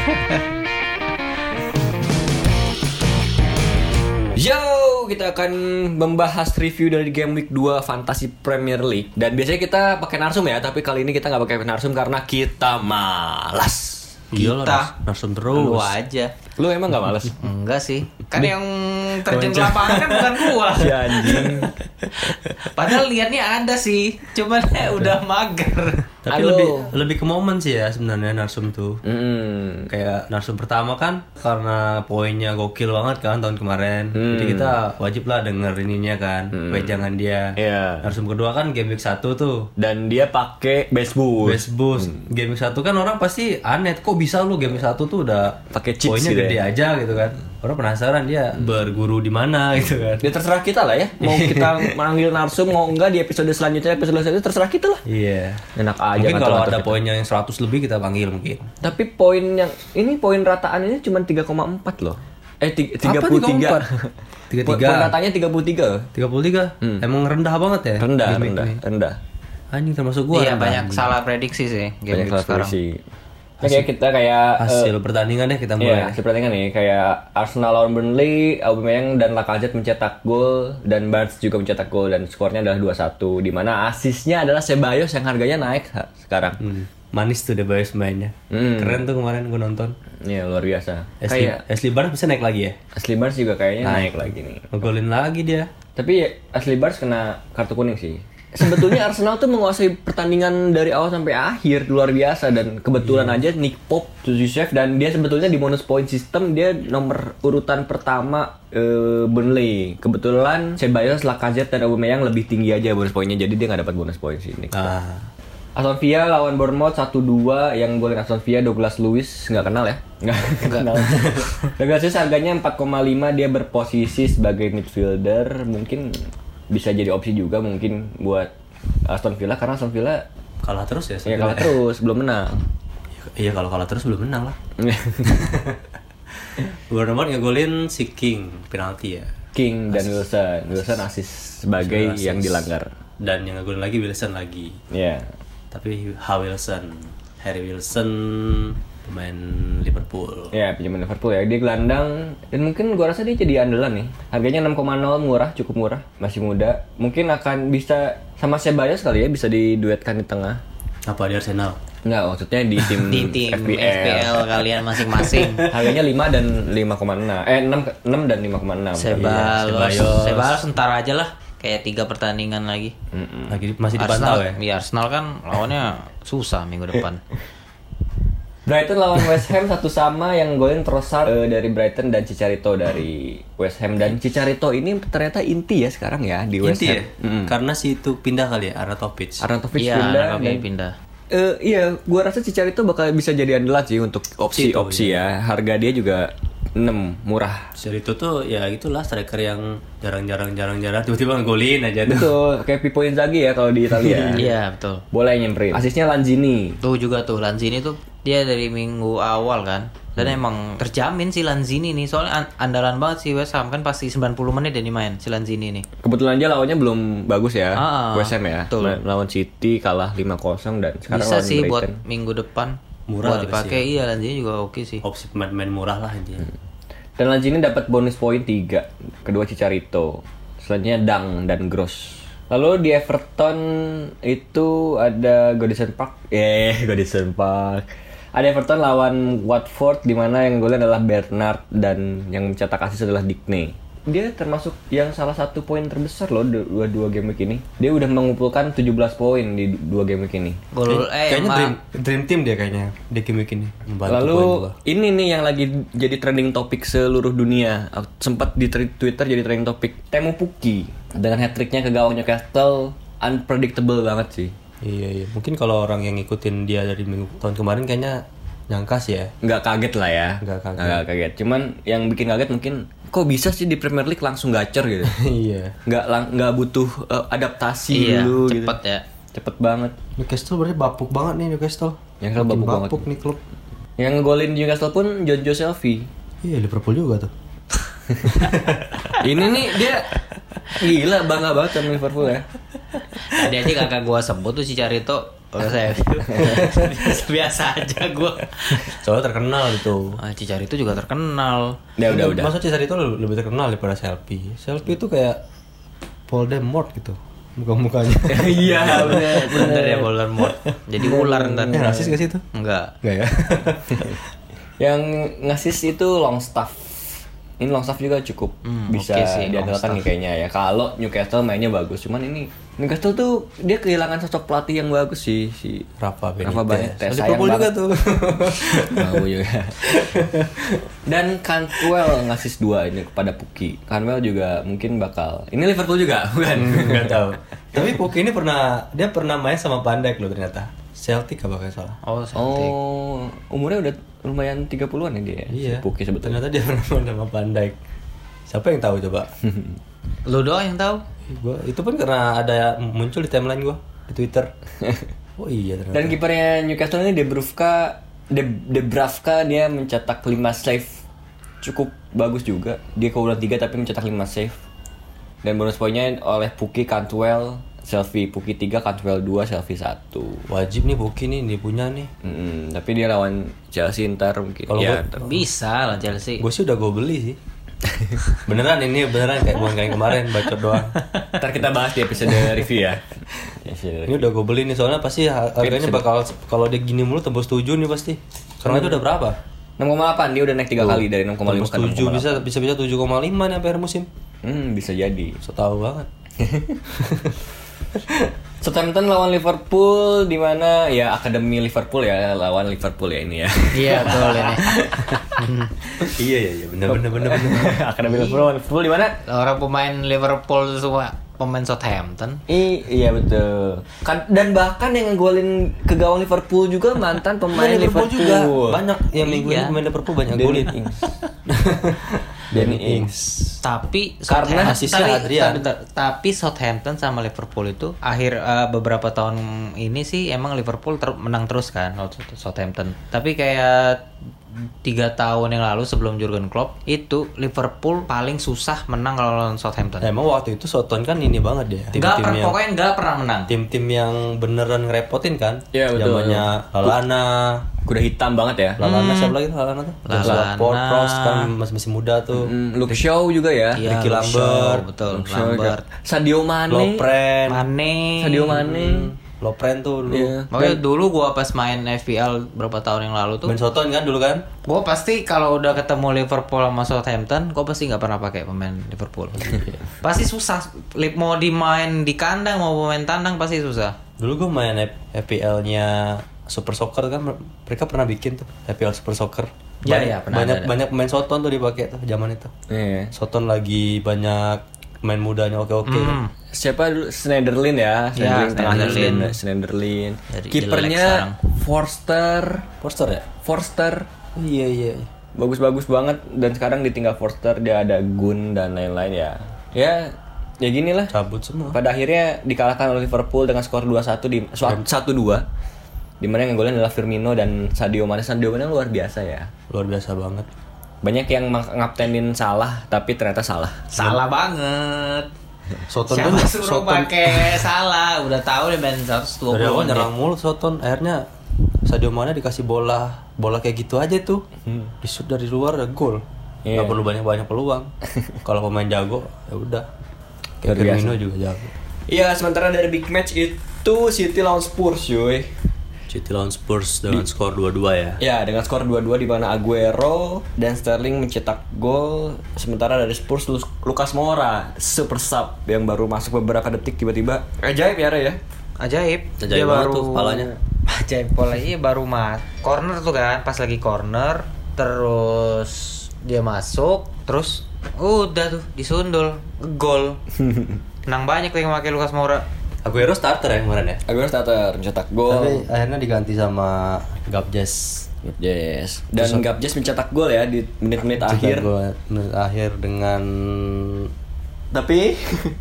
Yo, kita akan membahas review dari game week dua Fantasy Premier League. Dan biasanya kita pakai narsum ya, tapi kali ini kita nggak pakai narsum karena kita malas. Iya lah, Kita. nars- narsum terus. Lu aja. Lu emang nggak malas? Enggak sih. Kan yang terjun ke lapangan kan bukan gua. Si anjing. Padahal liatnya ada sih, cuman udah mager. Tapi Halo. lebih lebih ke momen sih ya sebenarnya narsum tuh. Mm. Kayak narsum pertama kan karena poinnya gokil banget kan tahun kemarin. Hmm. Jadi kita wajib lah denger ininya kan, wejangan dia. Iya. Narsum kedua kan game week satu tuh. Dan dia pakai base boost. Best boost. Game week satu kan orang pasti aneh, kok bisa lu game week satu tuh udah Pakai cheats poinnya gitu gede ya. aja gitu kan. Orang penasaran dia berguru di mana gitu kan. Ya terserah kita lah ya. Mau kita manggil narsum mau enggak di episode selanjutnya, episode selanjutnya terserah kita lah. Iya. Enak aja Mungkin kalau ngatur-ngatur ada kita. poinnya yang seratus lebih kita panggil mungkin. Tapi poin yang ini poin rataan ini cuma tiga koma empat loh. Eh ti- tiga puluh tiga. tiga puluh tiga. Poin ratanya tiga puluh tiga. tiga puluh tiga. Emang rendah banget ya? Rendah, game week rendah, ini? rendah. Anjing termasuk gua. Iya, rendah. banyak salah prediksi sih game Banyak week salah sekarang. prediksi. Ya, kayak kita kayak Hasil pertandingan deh kita Iya, mulai. hasil pertandingan nih kayak Arsenal lawan Burnley, Aubameyang dan Lacazette mencetak gol dan Barnes juga mencetak gol dan skornya adalah dua satu di mana asisnya adalah Ceballos yang harganya naik ha, sekarang. Hmm. Manis tuh The Boys mainnya. Hmm. Keren tuh kemarin gua nonton. Iya, luar biasa. Ashley, Kayak Ashley Barnes bisa naik lagi ya? Ashley Barnes juga kayaknya naik lagi nih. Ngegolin lagi dia. Tapi ya, Ashley Barnes kena kartu kuning sih. Sebetulnya Arsenal tuh menguasai pertandingan dari awal sampai akhir luar biasa dan kebetulan aja Nick Pope tujuh save dan dia sebetulnya di bonus point system dia nomor urutan pertama eh, Burnley. Kebetulan Ceballos, Lacazette dan Aubameyang lebih tinggi aja bonus poinnya jadi dia nggak dapat bonus point sih Nick. Ah. Aston Villa lawan Bournemouth satu dua yang golin Aston Villa Douglas Luiz nggak kenal ya? Nggak kenal. Douglas Luiz harganya empat koma lima dia berposisi sebagai midfielder mungkin bisa jadi opsi juga mungkin buat Aston Villa karena Aston Villa Kalah terus ya? ya kalah sebenarnya. terus belum menang. Iya kalau kalah terus belum menang lah. Bournemouth ngegolin si King penalti ya. King dan Wilson, Wilson asis sebagai Wilson yang assist. dilanggar. Dan yang ngegolin lagi Wilson lagi. Ya. Tapi H. Wilson, Harry Wilson pemain Liverpool. Ya, pinjaman Liverpool ya. Dia gelandang dan mungkin gua rasa dia jadi andalan nih. Harganya enam koma nol murah, cukup murah, masih muda. Mungkin akan bisa sama Ceballos kali ya, bisa diduetkan di tengah. Apa di Arsenal? Enggak, maksudnya di tim, Di tim F P L. F P L kalian masing-masing. Harganya lima dan lima koma enam. Eh enam enam dan lima koma enam. Sebalos, Ceballos. Sebalos ntar aja lah. Kayak tiga pertandingan lagi. Lagi di- masih dipantau Arsenal, ya? Iya, Arsenal kan lawannya susah minggu depan. Brighton lawan West Ham satu sama, yang golin Trossard uh, dari Brighton dan Chicharito dari West Ham. Dan Chicharito ini ternyata inti ya sekarang ya di West Inti Ham. ya? Mm. Karena si itu pindah kali ya, Arnautovic. Arnautovic Iya, pindah Arnautovic dan pindah. Uh, iya, gua rasa Chicharito bakal bisa jadi andalan sih untuk opsi-opsi ya. Harga dia juga enam, murah. Chicharito tuh ya itulah striker yang jarang-jarang jarang-jarang tiba-tiba ngegolin aja tuh. Betul, kayak Pippo Inzaghi ya kalau di Italia. Iya, betul. Boleh nyemperin. Asisnya Lanzini. Tuh juga tuh Lanzini tuh dia dari minggu awal kan. Dan Hmm. emang terjamin si Lanzini nih, soalnya an- andalan banget si West Ham kan, pasti sembilan puluh menit dia dimain si Lanzini nih. Kebetulan aja lawannya belum bagus ya. Ah, West Ham ya. betul. Lawan City kalah lima kosong dan sekarang Bisa lawan sih buat Brighton. minggu depan. Murah buat lah dipakai, iya Lanzini juga oke sih. Opsi pemain-pemain murah lah intinya. Dan Lanzini dapat bonus poin tiga, kedua Chicharito. Selanjutnya Dang dan Gross. Lalu di Everton itu ada Goodison Park. Eh, Goodison Park. Ada Everton lawan Watford di mana yang golnya adalah Bernard dan yang mencetak assist adalah Digne. Dia termasuk yang salah satu poin terbesar loh dua dua game week ini. Dia udah mengumpulkan tujuh belas poin di dua game week ini. Gol eh Kayaknya ma- dream, dream team dia kayaknya di game week ini. Membantu poin Lalu gua. ini nih yang lagi jadi trending topik seluruh dunia. Sempat di tri- Twitter jadi trending topik. Temu Pukki dengan hat-tricknya ke gawang Newcastle, unpredictable banget sih. Iya iya. Mungkin kalau orang yang ngikutin dia dari minggu tahun kemarin kayaknya nyangka sih ya. Nggak kaget lah ya. Nggak kaget. Nggak kaget. Cuman yang bikin kaget mungkin kok bisa sih di Premier League langsung gacor gitu. Iya. Nggak lang- nggak butuh uh, adaptasi iya, dulu cepet gitu. ya. Cepet banget. Newcastle berarti bapuk banget nih Newcastle. Newcastle Makin bapuk banget. nih klub. Yang ngegolin Newcastle pun Jonjo Shelvey. Iya Liverpool juga tuh. Ini nih dia gila, bangga banget sama Liverpool ya. Tadi aja kakak gua sebut tuh si Chicharito. Kalau saya biasa aja gua. Soalnya terkenal itu. Ah, Chicharito juga terkenal. Udah udah udah. Masa Chicharito lebih terkenal daripada Selfie. Selfie itu kayak Voldemort gitu. Muka-mukanya. Iya benar Bener ya Voldemort. Jadi ular ntar. Eh, rasis gak sih itu? Enggak. Enggak ya? Yang ngasih itu Longstaff. Ini Longstaff juga cukup Hmm, bisa oke sih, diandalkan nih kayaknya ya. Kalau Newcastle mainnya bagus, cuman ini Newcastle tuh dia kehilangan sosok pelatih yang bagus sih si Rafa Benitez. Rafa Benitez. Oh, Sayang Liverpool juga banget. tuh. Mau juga. Dan Cantwell ngasih dua ini kepada Puki. Cantwell juga mungkin bakal. Ini Liverpool juga, bukan? Enggak tahu. Tapi Puki ini pernah dia pernah main sama Van Dijk loh ternyata. Celtic apa kayak salah. Oh, Celtic. Oh, umurnya udah lumayan tiga puluhan ya dia. Iya. Si Puki sebetulnya. Ternyata dia pernah main sama Van Dijk. Siapa yang tahu coba? Lu doang yang tahu. Gua itu pun karena ada muncul di timeline gua di Twitter. Oh iya ternyata. Dan kipernya Newcastle ini Debravka De Debravka dia mencetak lima save. Cukup bagus juga. Dia keunggulan tiga tapi mencetak lima save. Dan bonus poinnya oleh Puki, Cantwell, Selfie. Puki tiga, Cantwell dua, Selfie satu. Wajib nih Puki nih dia punya nih. Mm, tapi dia lawan Chelsea ntar mungkin. Kalau ya, gua- ntar. Bisa lah Chelsea. Gue sih udah gue beli sih. Beneran ini beneran kayak bukan kayak kemarin bacot doang. Ntar kita bahas di episode review ya. Episode Ini udah gue beli nih soalnya pasti ha- harganya bakal kalau dia gini mulu tembus tujuh nih pasti. Sekarang itu udah berapa? enam koma delapan, dia udah naik tiga kali dari enam koma lima Tembus ke enam tujuh koma bisa delapan. bisa bisa tujuh koma lima nih sampai akhir musim. Hmm, bisa jadi. So tahu banget. Southampton lawan Liverpool di mana ya akademi Liverpool ya lawan Liverpool ya ini ya. Iya betul ini. Iya iya iya bener bener bener bener. Akademi Liverpool lawan Liverpool di mana? Orang pemain Liverpool semua pemain Southampton. I, iya betul. Kan, dan bahkan yang ngegolin ke gawang Liverpool juga mantan pemain Liverpool Liverpool, juga banyak yang minggu Iya. ini pemain Liverpool banyak Danny golin. Ings. Danny Ings. Tapi Karena Southampton- asisnya tapi- Adrian. bentar, tapi Southampton sama Liverpool itu akhir eh, beberapa tahun ini sih emang Liverpool ter- menang terus kan waktu itu Southampton. Tapi kayak tiga tahun yang lalu sebelum Jurgen Klopp itu Liverpool paling susah menang kalau lawan Southampton. Nah, emang waktu itu Soton kan ini banget ya. Nggak Tim-tim pernah, yang pokoknya nggak pernah menang. tim-tim yang beneran ngerepotin kan. Iya, betul. Zamannya Lalana, Kuda hitam banget ya. Lalana siapa lagi tuh Lalana tuh? Lalana. Paul Prost kan masih masih muda tuh. Hmm, Luke Shaw juga ya. Iya, Ricky Luke Lambert. Shaw, betul. Luke Shaw juga. Lambert. Sadio Mane. Lopren, Mane. Sadio Mane. Lopren tuh dulu. Iya. Makanya dulu gua pas main F P L berapa tahun yang lalu tuh, Ben Soton kan dulu kan? gua pasti kalau udah ketemu Liverpool sama Southampton, gua pasti nggak pernah pakai pemain Liverpool. Pasti susah. Lip- Mau dimain di kandang mau pemain tandang pasti susah. Dulu gue main F P L-nya Super Soccer kan mereka pernah bikin tuh I P L Super Soccer. Ya, banyak, ya, pernah banyak, ada. banyak pemain Soton tuh dipakai tuh zaman itu. Iya. Soton lagi banyak pemain mudanya oke-oke kan. Siapa dulu? Schneiderlin ya, Ya, Schneiderlin, tengahnya Schneiderlin. Schneiderlin. Dari Kipernya jelek sekarang. Forster, Forster ya? Forster. Iya iya. Bagus-bagus banget dan sekarang ditinggal Forster, dia ada Gun dan lain-lain ya. Ya, ya gini lah. Cabut semua. Pada akhirnya dikalahkan oleh Liverpool dengan skor dua satu di satu dua. Di mana yang golnya adalah Firmino dan Sadio Mane. Sadio Mane luar biasa ya. Luar biasa banget. Banyak yang mak- ngaptenin salah tapi ternyata salah. Salah banget. Soton Siapa tuh suruh Soton pakai salah? Udah tahu dia main seratus dua dari puluh awal nyerang mulu Soton. Akhirnya Sadio Mane dikasih bola bola kayak gitu aja tuh. Di shoot dari luar ada gol. Iya. Gak perlu banyak-banyak peluang. Kalau pemain jago ya udah. Luar Kayak biasa. Firmino juga jago. Iya, sementara dari big match itu City lawan Spurs, cuy. City lawan Spurs dengan skor dua dua ya. Ya, dengan skor dua dua di mana Aguero dan Sterling mencetak gol, sementara dari Spurs Lu- Lucas Moura super sub yang baru masuk beberapa detik tiba-tiba ajaib ya, Re, ya. Ajaib. Ajaib Dia banget baru tuh kepalanya. Ajaib pola iya baru mas. Corner tuh kan, pas lagi corner, terus dia masuk, terus udah tuh disundul, gol. Menang banyak tuh yang pakai Lucas Moura. Aguero starter ya kemarin ya. Aguero starter mencetak gol. Tapi akhirnya diganti sama Gabjes. Yes. Dan Gabjes mencetak gol ya di menit-menit akhir. Gol menit akhir dengan Tapi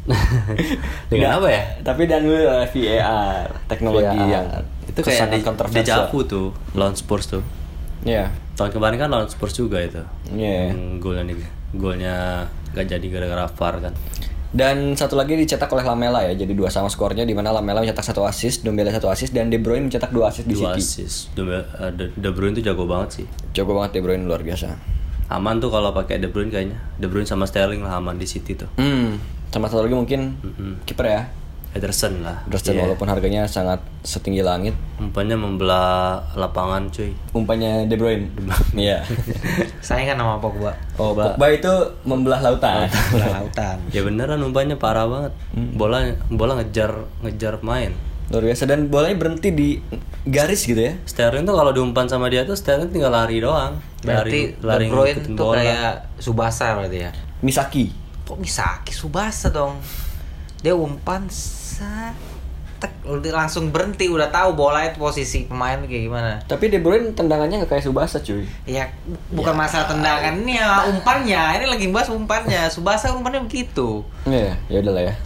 dengan apa ya? Tapi dan dulu adalah V A R, teknologi V A R. yang itu kayak sangat di, kontroversial. dejavu tuh lawan Spurs tuh. Iya. Tahun kemarin kan lawan Spurs juga itu. Iya. Yang golnya di golnya gak jadi gara-gara V A R kan. Dan satu lagi dicetak oleh Lamela ya, jadi dua sama skornya di mana Lamela mencetak satu assist, Dombele satu assist dan De Bruyne mencetak dua assist di Dua City. assist. De, uh, De, De Bruyne tuh jago banget sih. Jago banget De Bruyne, luar biasa. Aman tuh kalau pakai De Bruyne kayaknya. De Bruyne sama Sterling lah aman di City tuh. Hmm, sama satu lagi mungkin Mm-mm. kiper ya. Ederson lah. Ederson Iya. walaupun harganya sangat setinggi langit. Umpannya membelah lapangan cuy. Umpannya De Bruyne. Iya. Saingan sama Pogba. Oh, Pogba itu membelah lautan. Bola lautan. Ya beneran umpannya parah banget. Bola bola ngejar ngejar main. Luar biasa dan bolanya berhenti di garis gitu ya. Sterling tuh kalau diumpan sama dia tuh Sterling tinggal lari doang. Berarti lari De Bruyne ngikutin tuh bola. kayak Subasa berarti ya. Misaki. Kok Misaki Subasa dong? Dia umpan sa tek, udah langsung berhenti, udah tahu bola itu posisi pemain kayak gimana. Tapi De Bruyne tendangannya gak kayak Subasa cuy. Ya bukan masalah tendangannya, umpannya. Ini lagi bahas umpannya. Subasa umpannya begitu. Iya, ya udahlah ya.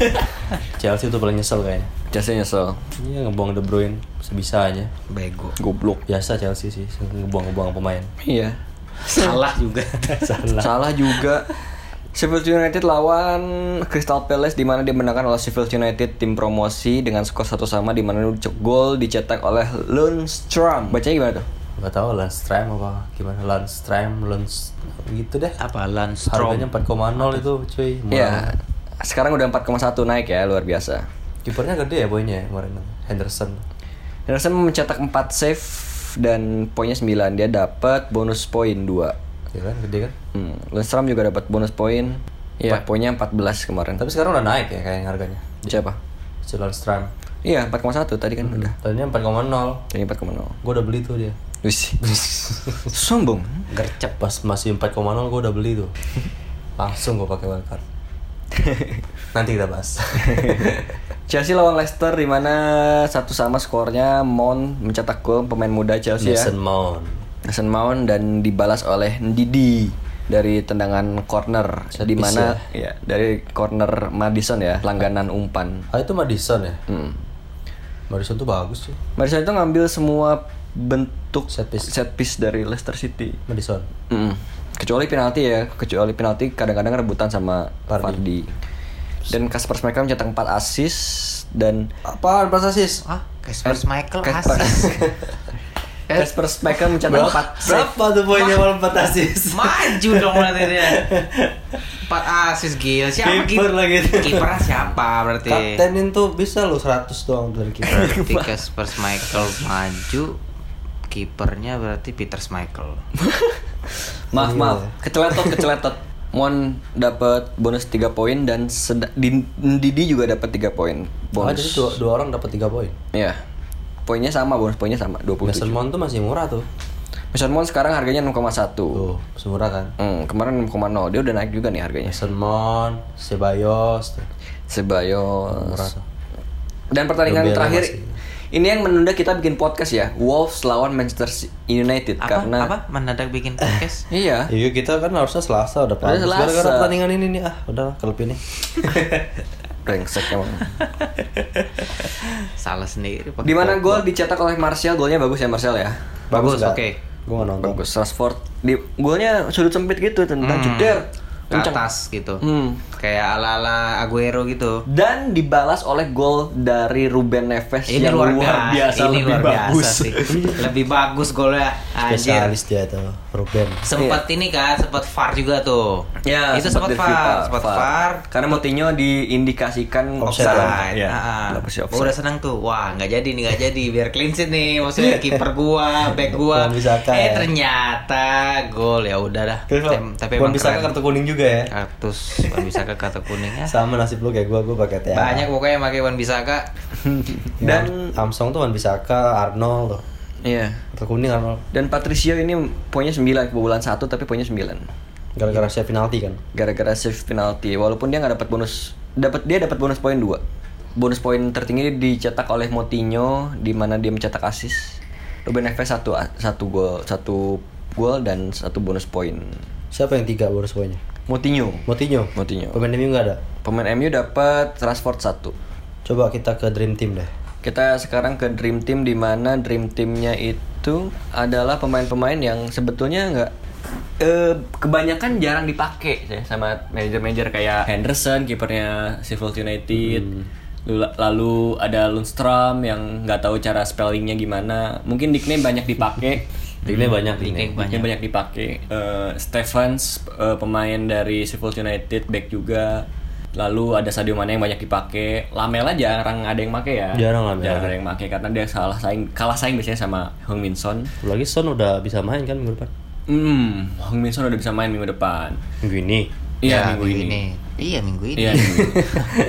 Chelsea tuh paling nyesel kayaknya. Chelsea nyesel. Iya ngebuang De Bruyne sebisa aja. Bego. Goblok. Biasa Chelsea sih ngebuang-ngebuang pemain. Iya. Salah juga. Salah. Salah juga. Sheffield United lawan Crystal Palace di mana dia menangkan oleh Sheffield United tim promosi dengan skor satu sama di mana gol dicetak oleh Lundstram. Bacanya gimana tuh? Gak tau Lundstram apa gimana Lundstram Lunds gitu deh. Apa Lundstrom? Harganya empat koma nol itu cuy. Murah. Iya. Sekarang udah empat koma satu naik ya, luar biasa. Kipernya gede ya poinnya kemarin Henderson. Henderson mencetak empat save dan poinnya sembilan. Dia dapat bonus poin dua. Ya kan gede kan. Hmm. Lundstram juga dapat bonus poin. Iya, poinnya empat belas kemarin. Tapi sekarang udah naik ya kayaknya harganya. Siapa? Si Lundstram. Iya, empat koma satu tadi kan udah. Tadinya empat koma nol. Tadi empat koma nol. Gue udah beli tuh dia. Wis. Sombong. Gercep pas masih empat koma nol gue udah beli tuh. Langsung gue pakai wildcard. Nanti kita bahas. Chelsea lawan Leicester di mana satu sama skornya. Mount mencetak gol, pemain muda Chelsea Mason ya. Mount. Mason Mount dan dibalas oleh Ndidi dari tendangan corner Set di piece mana ya. dari corner Madison ya, langganan umpan. Ah itu Madison ya? Hmm. Madison tuh bagus sih. Madison itu ngambil semua bentuk Set piece. set piece dari Leicester City. Madison. Mm. Kecuali penalti ya, kecuali penalti kadang-kadang rebutan sama Vardy. Vardy. Dan Kasper Schmeichel mencetak empat assist dan Apaan pas asis? Ah, Kasper Schmeichel Kasper asis. Kasper Schmeichel mencetak empat save. Berapa tuh poinnya kalau empat asis? Maju dong berarti dia. empat asis gila. Siapa Kiper lagi itu. Kipernya siapa berarti? Kaptenin tuh bisa lo seratus doang dari kiper. Berarti Kasper Schmeichel maju. Kipernya berarti Peter Schmeichel. Maaf, Iya. maaf. Keceletot, keceletot. Mon dapat bonus tiga poin dan seda- Din- Didi juga dapat tiga poin Oh, bonus. jadi dua, dua orang dapat tiga poin. Iya. poinnya sama, bonus poinnya sama dua puluh tujuh. Mason Mount tuh masih murah tuh. Mason Mount sekarang harganya enam koma satu. Tuh, masih murah kan. Hmm, kemarin enam koma nol. Dia udah naik juga nih harganya. Mason Mount, Ceballos tuh. Ceballos. Murah tuh. Dan pertandingan Dembele terakhir masih. ini yang menunda kita bikin podcast ya. Wolves lawan Manchester United Apa? karena Apa? Mendadak bikin podcast? Iya. Iya kita kan harusnya Selasa udah Udah bagus. Selasa. Gara-gara pertandingan ini nih ah udah klub ini. Brengsek emang. Salah sendiri. pakai Di mana Pogba. gol dicetak oleh Martial, golnya bagus ya Martial ya. Bagus, nggak? oke. Gue gak nonton. Bagus. Rashford di golnya sudut sempit gitu tentang Hmm. jeder. Ke Kenceng. atas gitu. Hmm. Kayak ala-ala Aguero gitu. Dan dibalas oleh gol dari Ruben Neves Ini yang luar, luar biasa, ini lebih luar bagus. biasa sih. Lebih bagus golnya. Anjir. Spesialis dia tuh, Ruben. Sempat ini kan, sempat V A R juga tuh. Ya, itu sempat V A R, sempat V A R. Karena Moutinho diindikasikan Offside. offside. Ya, Ah, kenapa sih gua udah senang tuh. Wah, nggak jadi nih, nggak jadi. Biar clean sheet nih, maksudnya kiper gua, back gua. Wan Bissaka eh ya. ternyata gol ya udah dah. Tem- Tapi Wan emang Bissaka keren. kartu kuning juga ya. Kartus Wan Bissaka kartu kuning ya. Sama nasib lu kayak gua, gua pakai T A. Banyak pokoknya yang pakai Wan Bissaka. Dan Armstrong tuh Wan Bissaka, Arnold tuh. iya. Kartu kuning Arnold. Dan Patricio ini poinnya sembilan, kebobolan satu tapi poinnya sembilan. Gara-gara save penalti kan. Gara-gara save penalti. Walaupun dia nggak dapat bonus, dapat dia dapat bonus poin dua. Bonus poin tertinggi dicetak oleh Moutinho di mana dia mencetak assist. Ruben Neves satu satu gol, satu gol dan satu bonus poin. Siapa yang tiga bonus poinnya? Moutinho. Moutinho. Moutinho. Pemain M U nggak ada. Pemain M U dapat Rashford satu. Coba kita ke Dream Team deh. Kita sekarang ke Dream Team di mana Dream Teamnya itu adalah pemain-pemain yang sebetulnya nggak eh, kebanyakan jarang dipakai ya, sama manajer-manajer kayak Henderson, kipernya Sheffield United. Lalu- Lalu ada Lundstram yang nggak tahu cara spellingnya gimana. Mungkin nickname banyak dipakai. Ini banyak ini. Nickname banyak. Nickname banyak dipakai. Eh, Stephens eh, pemain dari Sheffield United, back juga. Lalu ada Sadio Mane yang banyak dipakai. Lamela jarang ada yang pakai ya. Jarang Lamela. Jarang ada yang pakai karena dia salah saing, kalah saing biasanya sama Heung-min Son. Lagi Son udah bisa main kan minggu depan. Hmm, Heung-min Son udah bisa main minggu depan. Minggu ini. Iya, Ya, minggu ini. Iya, minggu ini. Iya, minggu ini.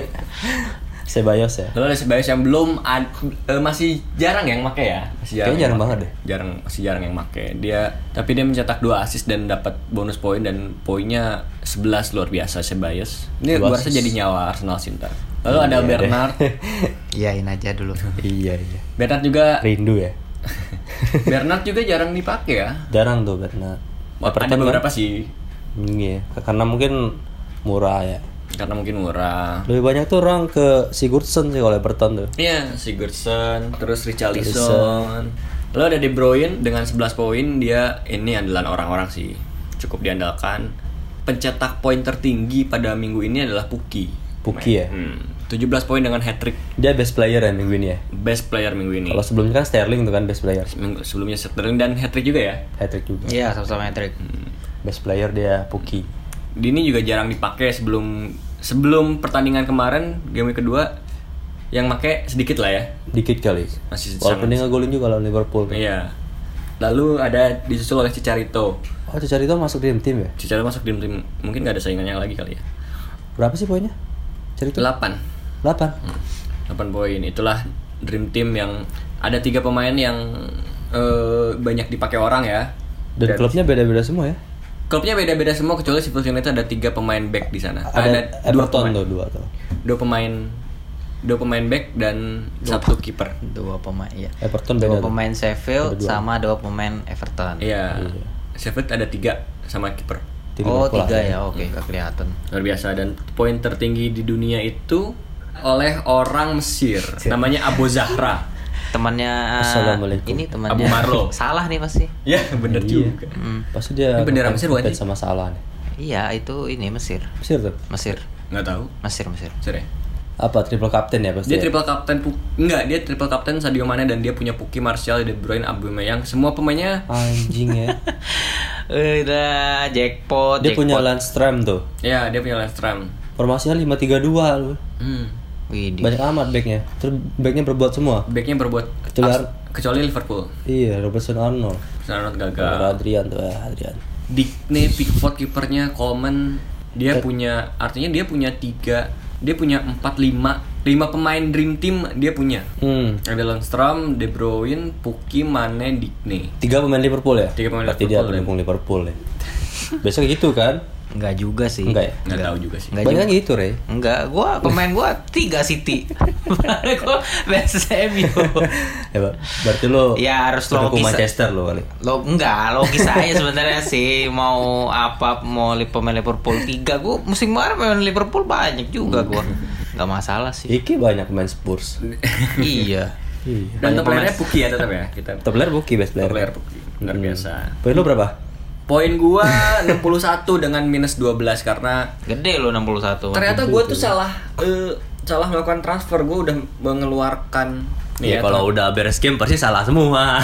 Ceballos ya. Lalu ada Ceballos yang belum ad, eh, masih jarang yang make ya. Masih Kayaknya jarang yang banget make. deh. Jarang, masih jarang yang make. Dia tapi dia mencetak dua assist dan dapat bonus poin dan poinnya sebelas, luar biasa Ceballos. Ini Dua gua rasa assist. jadi nyawa Arsenal Sinta. Lalu ada Iya deh. Bernard. Iyain aja dulu. Iya iya. Bernard juga Rindu ya. Bernard juga jarang dipakai ya. Jarang tuh Bernard. Ada beberapa sih Iya, karena mungkin murah ya. karena mungkin murah. Lebih banyak tuh orang ke Sigurdsson sih kalau Everton tuh. Iya, Sigurdsson, terus Richarlison. Lalu ada De Bruyne dengan sebelas poin, dia ini andalan orang-orang sih. Cukup diandalkan. Pencetak poin tertinggi pada minggu ini adalah Pukki. Pukki ya. Hmm, tujuh belas poin dengan hat-trick, Dia best player ya minggu ini ya. best player minggu ini. Kalau sebelumnya kan Sterling tuh kan best player. Minggu sebelumnya Sterling dan hat-trick juga ya. Hat-trick juga. Iya, sama-sama hat-trick. Best player dia Pukki. Dini juga jarang dipakai sebelum sebelum pertandingan kemarin game kedua yang make sedikit lah ya. Dikit kali. Masih Walaupun sangat- dia ngegolin juga lawan Liverpool. Kan. Iya. Lalu ada disusul oleh Chicharito. Oh, Chicharito masuk Dream Team ya? Chicharito masuk di tim, mungkin nggak ada saingannya lagi kali ya. Berapa sih poinnya? Chicharito? delapan. delapan. delapan poin. Itulah Dream Team yang ada tiga pemain yang eh, banyak dipakai orang ya. Dan, klubnya beda-beda semua ya? Klubnya beda-beda semua kecuali Sheffield United ada tiga pemain back di sana. Ada, dua Everton pemain, tuh dua tuh. dua pemain dua pemain back dan satu kiper. Dua pemain, iya. Everton Dua beda tuh. pemain Sheffield Ada dua. sama dua pemain Everton. Iya. Sheffield ada tiga sama kiper. Di Oh, Liverpool tiga ada. ya. Oke, nggak kelihatan. Luar biasa dan poin tertinggi di dunia itu oleh orang Mesir. Namanya Abu Zahra. Temannya uh, Assalamualaikum. ini temannya Abu Marlo. Salah nih pasti. Ya, bener Iya. juga. Hmm. Pasti dia Ini bendera Mesir bukan ngefans sih? sama Salah nih. Iya, itu ini Mesir. Mesir tuh. Mesir. Nggak tahu. Mesir, Mesir. Mesir ya? Apa triple captain ya pasti? Dia ya? triple captain Pu- enggak, dia triple captain Sadio Mane dan dia punya Pukki, Martial, De Bruyne, Aubameyang. Semua pemainnya Anjing ya. Eh, udah jackpot. Dia jackpot. punya Landstram tuh. ya, dia punya Landstram. Formasinya lima tiga dua loh. Hmm. Widih. Banyak amat backnya. Terus backnya berbuat semua. Backnya berbuat Kecuali- as- kecuali Liverpool. Iya, Robertson Arnold. Sangat Kalau gagal. Adrian tuh, ah, Adrian. Digne, Pickford kipernya, Coleman, dia punya artinya dia punya tiga, dia punya empat lima lima pemain dream team dia punya. Hmm. Ada Lundstram, De Bruyne, Pukki, Mane, Digne. Tiga pemain Liverpool ya? Tiga pemain Berarti Liverpool, dia pendukung Liverpool ya. Biasa gitu kan? Enggak juga sih. Enggak ya? Nggak tahu juga sih. Enggak Banyak juga. gitu, Re. Enggak, gua pemain gua tiga City. Gua fans M U. Ya, Pak. Berarti lo Ya harus pendukung logis. Manchester lo kali. Lo enggak, logis aja sebenarnya sih mau apa mau li- pemain Liverpool tiga gua musim kemarin pemain Liverpool banyak juga gua. Enggak masalah sih. Iki banyak main Spurs. Iya. Iya. Dan Banyak top playernya pemain. Pukki ya tetap ya. Kita Top player Buki best top player. player Pukki. Luar biasa. Poin lo berapa? Poin gua enam puluh satu dengan minus dua belas karena Gede lo enam puluh satu. ternyata gua tuh salah eh, salah melakukan transfer. Gua udah mengeluarkan Iya, kalau udah beres game pasti salah semua.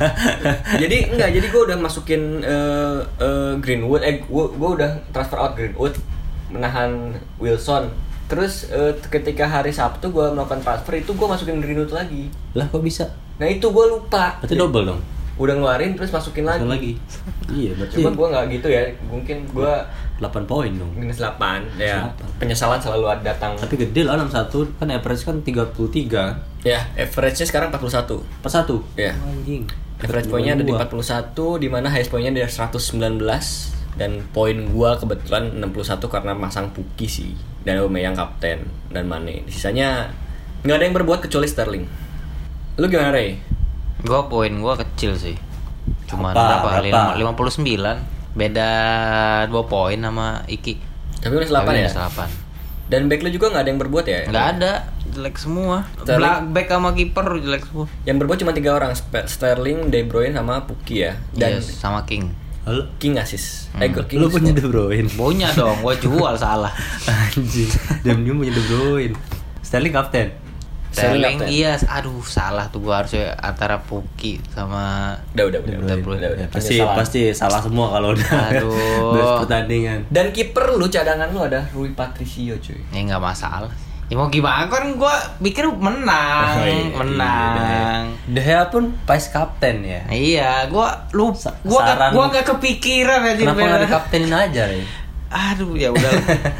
jadi enggak, jadi gue udah masukin eh, eh, Greenwood, eh gue gue udah transfer out Greenwood, menahan Wilson. Terus eh, ketika hari Sabtu gue melakukan transfer itu gue masukin Greenwood lagi. Lah kok bisa? Nah itu gue lupa. Berarti double dong. Udah ngeluarin terus masukin lagi. Satu lagi. Iya, berarti Cuma gue nggak gitu ya, mungkin gue delapan poin dong. minus delapan. Ya delapan. penyesalan selalu ada datang. Tapi gede lah enam puluh satu, kan average kan tiga puluh tiga. Ya average-nya sekarang empat puluh satu. Per satu. Ya. Anjing. Average poinnya ada di empat puluh satu, di mana highest poinnya ada seratus sembilan belas, dan poin gua kebetulan enam puluh satu karena masang Pukki sih dan Aubameyang kapten dan Mane. Sisanya nggak ada yang berbuat kecuali Sterling. Lu gimana, Ray? Gua poin gua kecil sih. Cuma Apa? berapa? Berapa? lima puluh sembilan. Beda dua poin sama Iki. Tapi minus delapan ya? Minus delapan. Dan back lu juga nggak ada yang berbuat ya? Enggak ada, jelek semua. Sterling. Black back sama kiper jelek semua. Yang berbuat cuma tiga orang, Spe- Sterling, De Bruyne sama Pukki ya. Dan Yes, sama King. Halo. King assist. Eh, Hmm. King Lu punya De Bruyne. Punya dong, gua jual salah. Anjing. Dem dia punya De Bruyne. Sterling kapten. Sterling Sterling, kapten. iya, aduh salah tuh gua harusnya antara Pukki sama Udah, udah, udah, De udah, Bruyne. udah, udah. Ya, pasti Penyesalan. pasti salah semua kalau udah Aduh. beres pertandingan. Dan kiper lu, cadangan lu ada Rui Patricio cuy. Ya nggak masalah. Ya mau gimana kan gua pikir menang, Oh, iya, menang. De Gea pun vice kapten ya. Iya, gua lu Sa- gua gak, saran- gua gak kepikiran aja. Kenapa nggak dikaptenin aja, Re? Aduh, ya udah.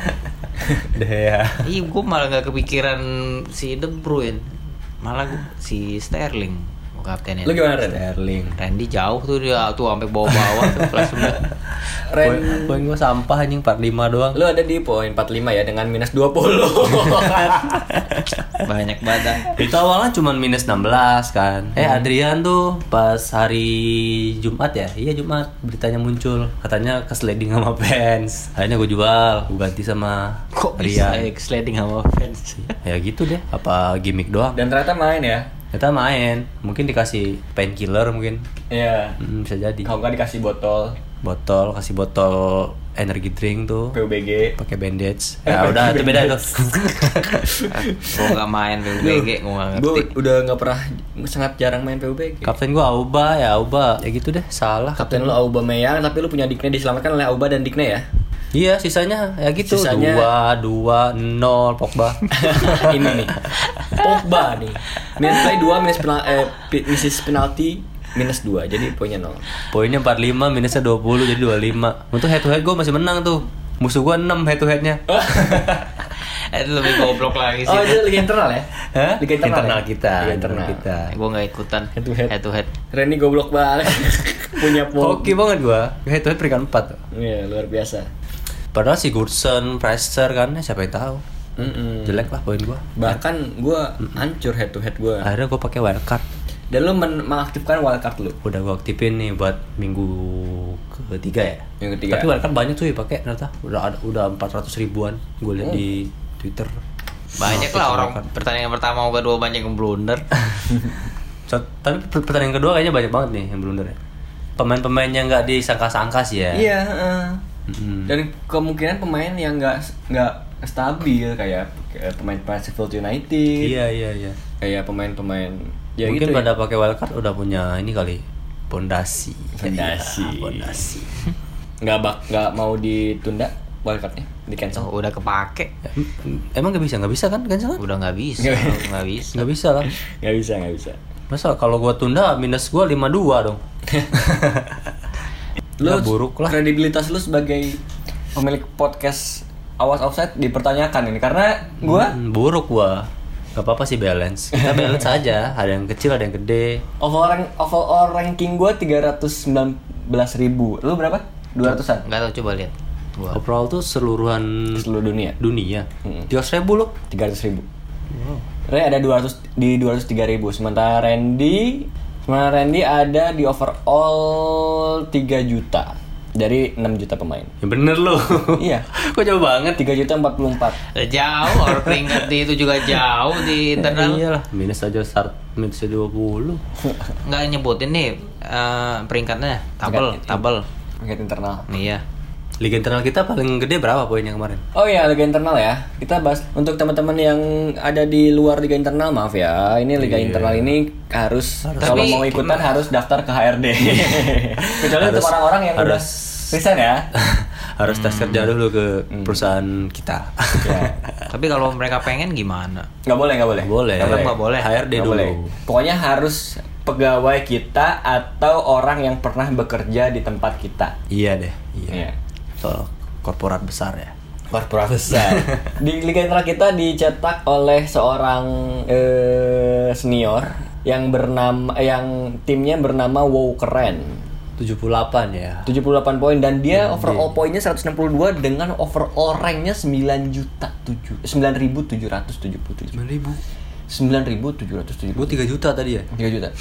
De Gea. Iya, gua malah gak kepikiran si De Bruyne. Malah gua, si Sterling mau kaptenin. Lu gimana, Ren? Sterling. Randy jauh tuh dia tuh sampai bawah-bawah tuh kelas sembilan. Ren, Poin, poin gua sampah anjing empat puluh lima doang. lu ada di poin empat puluh lima ya dengan minus dua puluh. Banyak badan. Itu awalnya cuma minus enam belas kan. Eh Adrian tuh pas hari Jumat ya. Iya Jumat beritanya muncul. Katanya kesleding sama fans. Akhirnya gue jual, gue ganti sama Kok bisa Rian. ya sliding sama fans? Ya gitu deh. Apa gimmick doang? Dan ternyata main ya. Kita main. Mungkin dikasih painkiller mungkin. Iya. Hmm, bisa jadi. Kalau nggak dikasih botol Botol, kasih botol energy drink tuh. P U B G. Pakai bandage. Ya udah itu beda tuh. Gua nggak main P U B G, gua nggak Gue ngerti. udah nggak pernah, sangat jarang main P U B G. Kapten gua Auba ya Auba. Ya gitu deh, salah. Kapten lu Aubameyang, tapi lu punya Digne diselamatkan oleh Auba dan Digne ya. Iya, sisanya ya gitu. Sisanya- Dua, dua, nol, Pogba. Ini nih. Pogba nih. Minus play dua, minus penal eh pi- minus penalti minus dua. Jadi poinnya nol. Poinnya empat puluh lima, minusnya dua puluh, jadi dua puluh lima. Untuk head to head gue masih menang tuh. Musuh gue enam head to headnya. Itu lebih goblok lagi sih. Oh, itu liga internal ya? Hah? Liga internal, Internal ya? kita. Liga Internal internal. kita. Gue nggak ikutan Head to head. head to head. Reni goblok banget. Punya poin. Oke banget gue. Head to head peringkat empat tuh. Iya, luar biasa. Padahal si Goodson, Prester kan, ya siapa yang tahu. Mm-mm. Jelek lah poin gue. Bahkan gue hancur head to head gue. Akhirnya gue pakai wildcard. Dan lu men- mengaktifkan wildcard lu. Udah gue aktifin nih buat minggu ketiga ya. Yang ketiga. Tapi wildcard banyak tuh ya pakai ternyata. Udah ada udah empat ratus ribuan. Gue lihat di Twitter. Banyak lah orang pertandingan pertama sama kedua banyak yang blunder. So, tapi per- pertandingan kedua kayaknya banyak banget nih yang blunder ya. Pemain-pemain yang nggak disangka-sangka sih ya. Iya, heeh. Mm-mm. Dan kemungkinan pemain yang nggak nggak stabil kayak, kayak pemain-pemain Sheffield United. Iya iya iya. Kayak pemain-pemain ya Mungkin gitu. pada pakai wildcard udah punya ini kali pondasi. Fondasi. Iya, pondasi. Nggak bak nggak mau ditunda wildcardnya, di cancel. Oh, udah kepake. Em- Emang nggak bisa nggak bisa kan cancel kan? Udah nggak bisa, Nggak- nggak bisa. Nggak bisa lah. Nggak bisa, nggak bisa. Masa kalau gua tunda minus gua lima dua dong. Lu Ya, buruk lah. kredibilitas lu sebagai pemilik podcast Awas Offside dipertanyakan ini karena gua Hmm, buruk gua. Gak apa-apa sih balance. Kita balance aja. Ada yang kecil, ada yang gede. Overall, rank, overall ranking gue tiga ratus sembilan belas ribu. Lu berapa? dua ratusan? Enggak tahu, coba lihat. Gua. Overall tuh seluruhan Seluruh dunia. dunia. Mm-mm. tiga ratus ribu loh. tiga ratus ribu. Wow. Ray ada dua ratus di dua ratus tiga ribu. Sementara Randy sementara Randy ada di overall tiga juta dari enam juta pemain. Yang bener loh. Iya. Kok jauh banget. tiga juta empat puluh empat. Jauh, orang peringkat di itu juga jauh di internal. Iyalah, minus aja start minusnya dua puluh. Nggak nyebutin nih eh, peringkatnya, tabel, Peringkat- tabel. Peringkat internal. Iya. Liga internal kita paling gede berapa poinnya kemarin? Oh iya, liga internal ya. Kita bahas untuk teman-teman yang ada di luar liga internal, maaf ya. Ini liga Iya. internal ini harus, kalau Tapi- mau ikutan harus daftar ke H R D. Kecuali untuk Harus- orang-orang yang udah harus- resign ya. Harus tes kerja dulu ke perusahaan kita. Ya. Tapi kalau mereka pengen gimana? Nggak boleh, nggak boleh. Boleh. Tetap nggak boleh. H R D Nggak dulu. boleh. Pokoknya harus pegawai kita atau orang yang pernah bekerja di tempat kita. Iya deh. Iya. Iya. Soal korporat besar ya. Korporat besar. Di liga internal kita dicetak oleh seorang eh, senior yang bernama yang timnya bernama Wow Keren. tujuh puluh delapan ya. tujuh puluh delapan poin dan dia overall poinnya seratus enam puluh dua dengan overall ranknya sembilan juta tujuh sembilan ribu tujuh ratus tujuh puluh tujuh. sembilan ribu. sembilan ribu tujuh ratus tujuh Gue puluh. tiga juta tadi ya. tiga juta.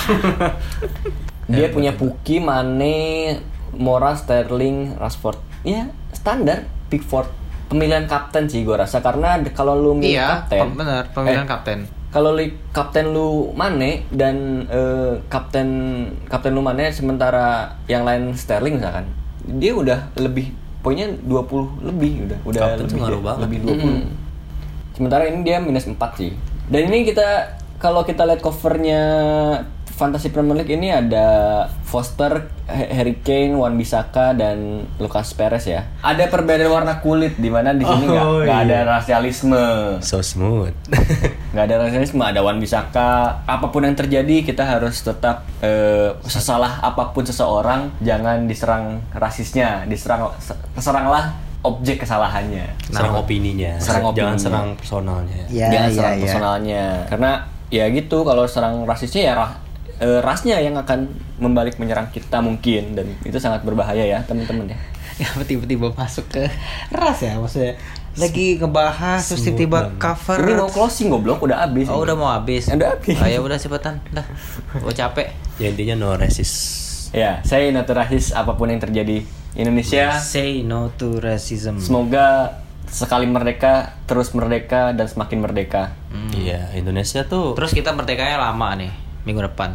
Dia punya Puki, Mane, Mora, Sterling, Rashford. Ya, standar Pickford. Pemilihan kapten sih gua rasa karena d- kalau lu milih Iya, kapten. pem- benar, pemilihan eh, kapten. Kalau li, kapten lu Mane dan eh, kapten kapten lu Mane sementara yang lain Sterling misalkan. Dia udah lebih poinnya dua puluh lebih udah udah Kapten tuh lebih ngaruh deh, banget. lebih dua puluh. Sementara ini dia minus empat sih. Dan ini kita kalau kita lihat covernya Fantasy Premier League ini ada Foster, H- Harry Kane, Wan Bissaka dan Lucas Perez ya. Ada perbedaan warna kulit di mana di sini nggak Oh, nggak iya. ada rasialisme. So smooth. Nggak ada rasialisme, ada Wan Bissaka. Apapun yang terjadi kita harus tetap eh, sesalah apapun seseorang jangan diserang rasisnya, diserang seranglah objek kesalahannya. Serang opininya. Serang Jangan opininya. serang personalnya. Ya, Jangan ya, serang ya. personalnya. Karena ya gitu kalau serang rasisnya ya ra- eh, rasnya yang akan membalik menyerang kita mungkin dan itu sangat berbahaya ya teman-teman ya. Ya tiba-tiba masuk ke ras ya maksudnya. Lagi ngebahas terus tiba-tiba cover. Ini mau closing goblok udah habis. Oh, ini. udah mau habis. Udah habis. Oh, ya udah cepetan. Dah. Gua capek. Ya intinya no racist. Ya, saya naturalis apapun yang terjadi Indonesia. Say no to racism. Semoga sekali merdeka terus merdeka dan semakin merdeka. Iya, Indonesia tuh Terus kita merdekanya lama nih, minggu depan.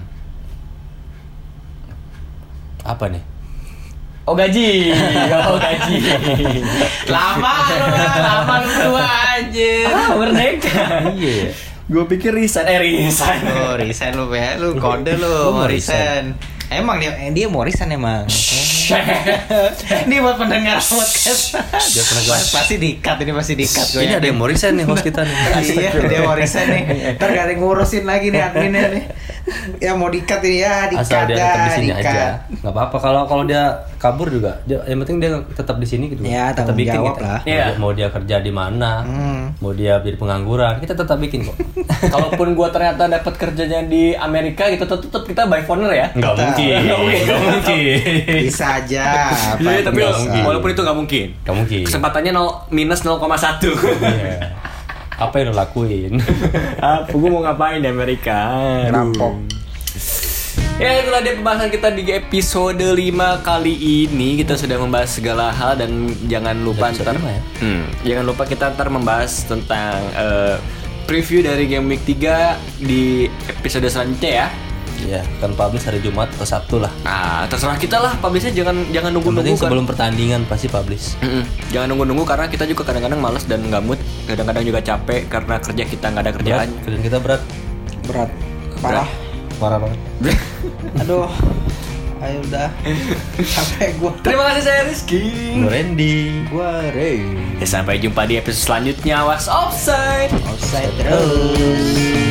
apa nih? Oh gaji, oh gaji. Lama lu, lama lu berdua aja. Ah, merdeka. Iya. Gue pikir resign, eh resign. Oh, resign lu ya, lu kode lu mau resign. Emang dia eh, dia mau resign emang. Ini buat pendengar podcast. Dia pendengar. Pas- Pasti di-cut ini pasti di-cut gue. Ini ada yang mau resign nih host kita nih. Iya, dia mau resign nih. Ntar gak ada yang ngurusin lagi nih adminnya nih. Ya mau di-cut ini ya, di-cut Asal dia ya, tetap di sini di-cut. aja. Nggak apa-apa kalau kalau dia kabur juga. Dia, yang penting dia tetap di sini gitu. Ya, tetap tanggung bikin jawab gitu. lah. Mau, Iya. dia, mau dia kerja di mana, Hmm. mau dia jadi pengangguran, kita tetap bikin kok. Kalaupun gue ternyata dapat kerjanya di Amerika gitu, tetap kita by phoner ya. Nggak mungkin. Nggak mungkin. Nggak mungkin. Bisa aja. apa Iya, tapi bisa. mungkin. walaupun itu nggak mungkin. Nggak mungkin. Kesempatannya nol minus nol koma satu. Iya. Apa yang lo lakuin? Apa gue mau ngapain di Amerika? Rampok. Ya itulah dia pembahasan kita di episode lima kali ini. Kita sudah membahas segala hal dan jangan lupa Episode ntar lima ya? Hmm, jangan lupa kita ntar membahas tentang eh, preview dari game week tiga di episode selanjutnya ya. Iya, kan publish hari Jumat atau Sabtu lah. Nah, terserah kita lah, publishnya jangan jangan Yang nunggu-nunggu penting kan. sebelum pertandingan pasti publish. Mm-mm. Jangan nunggu-nunggu karena kita juga kadang-kadang malas dan nggak mood, kadang-kadang juga capek karena kerja kita nggak ada Berat, kerjaan. kerjaan kita berat. Berat. Parah. Parah banget. Aduh. Ayo udah. Capek gua. Terima kasih saya Rizky. Gue Randy. Gua Ray. Ya, sampai jumpa di episode selanjutnya. Was offside. Offside terus.